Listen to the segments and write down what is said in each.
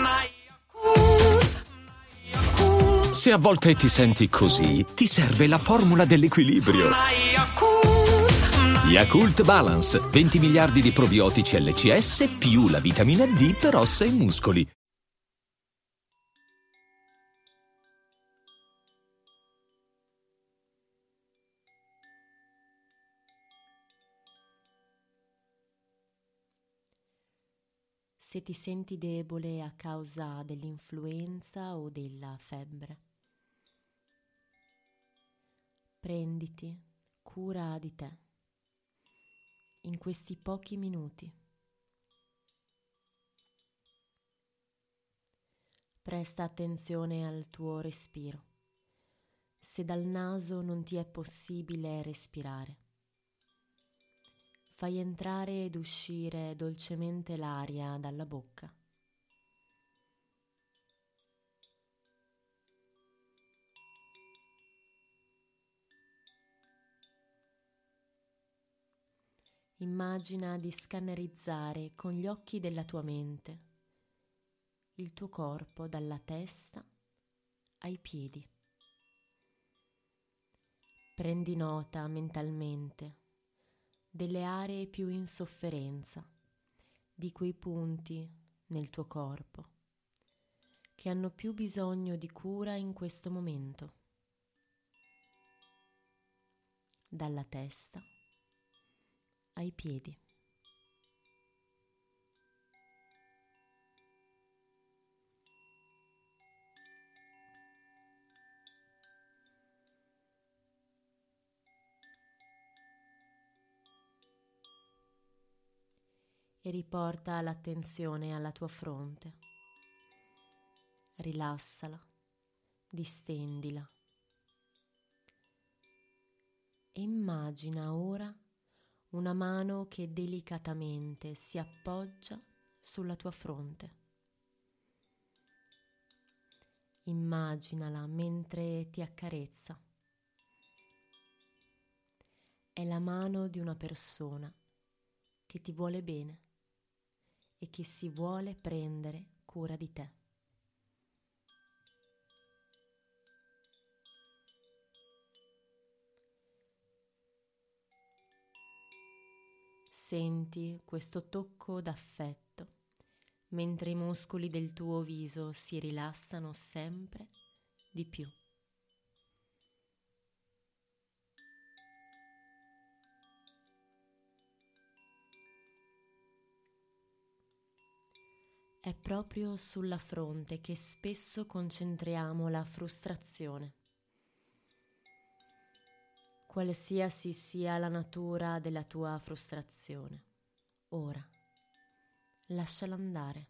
Se a volte ti senti così, ti serve la formula dell'equilibrio. Yakult Balance, 20 miliardi di probiotici LCS più la vitamina D per ossa e muscoli. Se ti senti debole a causa dell'influenza o della febbre, prenditi cura di te in questi pochi minuti. Presta attenzione al tuo respiro. Se dal naso non ti è possibile respirare, fai entrare ed uscire dolcemente l'aria dalla bocca. Immagina di scannerizzare con gli occhi della tua mente il tuo corpo dalla testa ai piedi. Prendi nota mentalmente delle aree più in sofferenza, di quei punti nel tuo corpo che hanno più bisogno di cura in questo momento. Dalla testa ai piedi. E riporta l'attenzione alla tua fronte. Rilassala, distendila. E immagina ora una mano che delicatamente si appoggia sulla tua fronte. Immaginala mentre ti accarezza. È la mano di una persona che ti vuole bene e che si vuole prendere cura di te. Senti questo tocco d'affetto mentre i muscoli del tuo viso si rilassano sempre di più. È proprio sulla fronte che spesso concentriamo la frustrazione. Qualsiasi sia la natura della tua frustrazione, ora lasciala andare.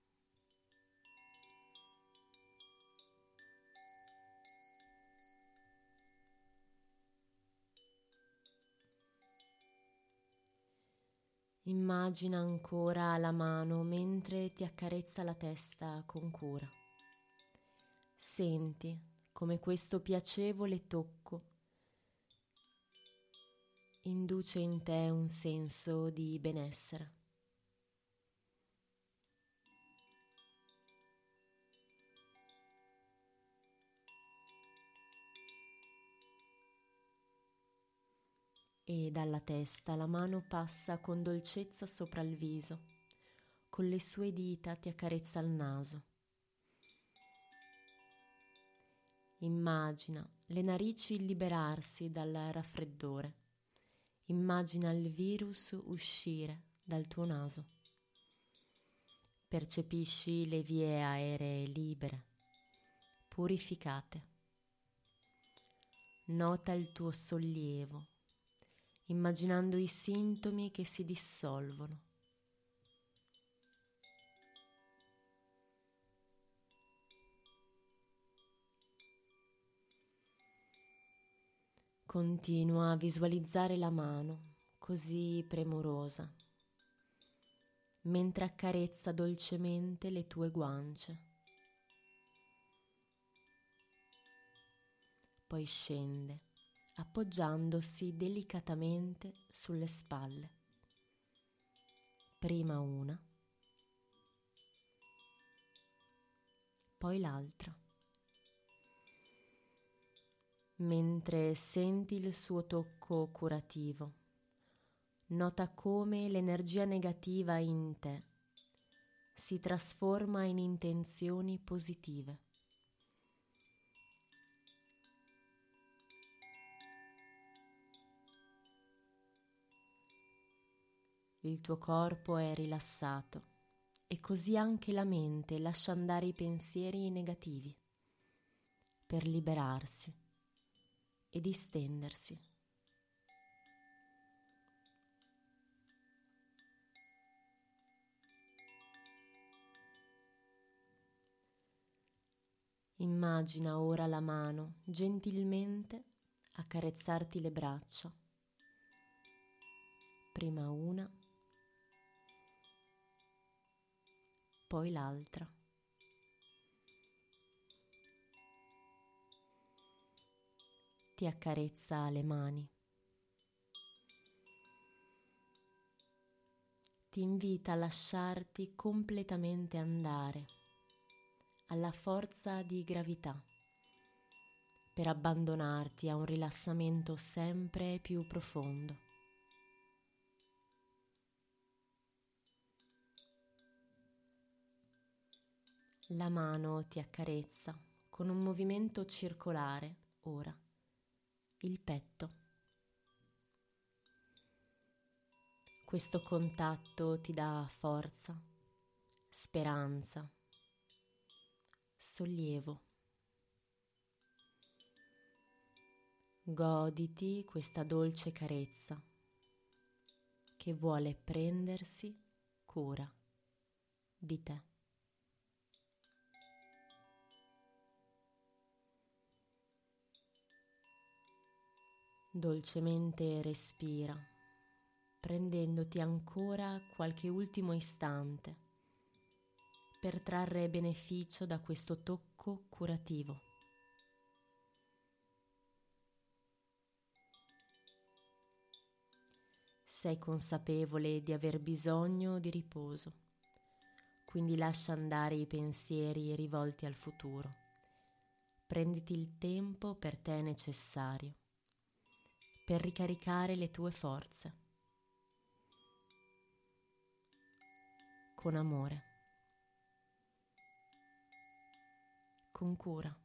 Immagina ancora la mano mentre ti accarezza la testa con cura. Senti come questo piacevole tocco induce in te un senso di benessere. E dalla testa la mano passa con dolcezza sopra il viso, con le sue dita ti accarezza il naso. Immagina le narici liberarsi dal raffreddore. Immagina il virus uscire dal tuo naso. Percepisci le vie aeree libere, purificate. Nota il tuo sollievo, immaginando i sintomi che si dissolvono. Continua a visualizzare la mano così premurosa, mentre accarezza dolcemente le tue guance. Poi scende, appoggiandosi delicatamente sulle spalle. Prima una, poi l'altra. Mentre senti il suo tocco curativo, nota come l'energia negativa in te si trasforma in intenzioni positive. Il tuo corpo è rilassato e così anche la mente lascia andare i pensieri negativi per liberarsi e distendersi. Immagina ora la mano gentilmente accarezzarti le braccia, prima una, poi l'altra. Ti accarezza le mani. Ti invita a lasciarti completamente andare alla forza di gravità per abbandonarti a un rilassamento sempre più profondo. La mano ti accarezza con un movimento circolare ora il petto. Questo contatto ti dà forza, speranza, sollievo. Goditi questa dolce carezza che vuole prendersi cura di te. Dolcemente respira, prendendoti ancora qualche ultimo istante per trarre beneficio da questo tocco curativo. Sei consapevole di aver bisogno di riposo, quindi lascia andare i pensieri rivolti al futuro. Prenditi il tempo per te necessario per ricaricare le tue forze. Con amore, con cura.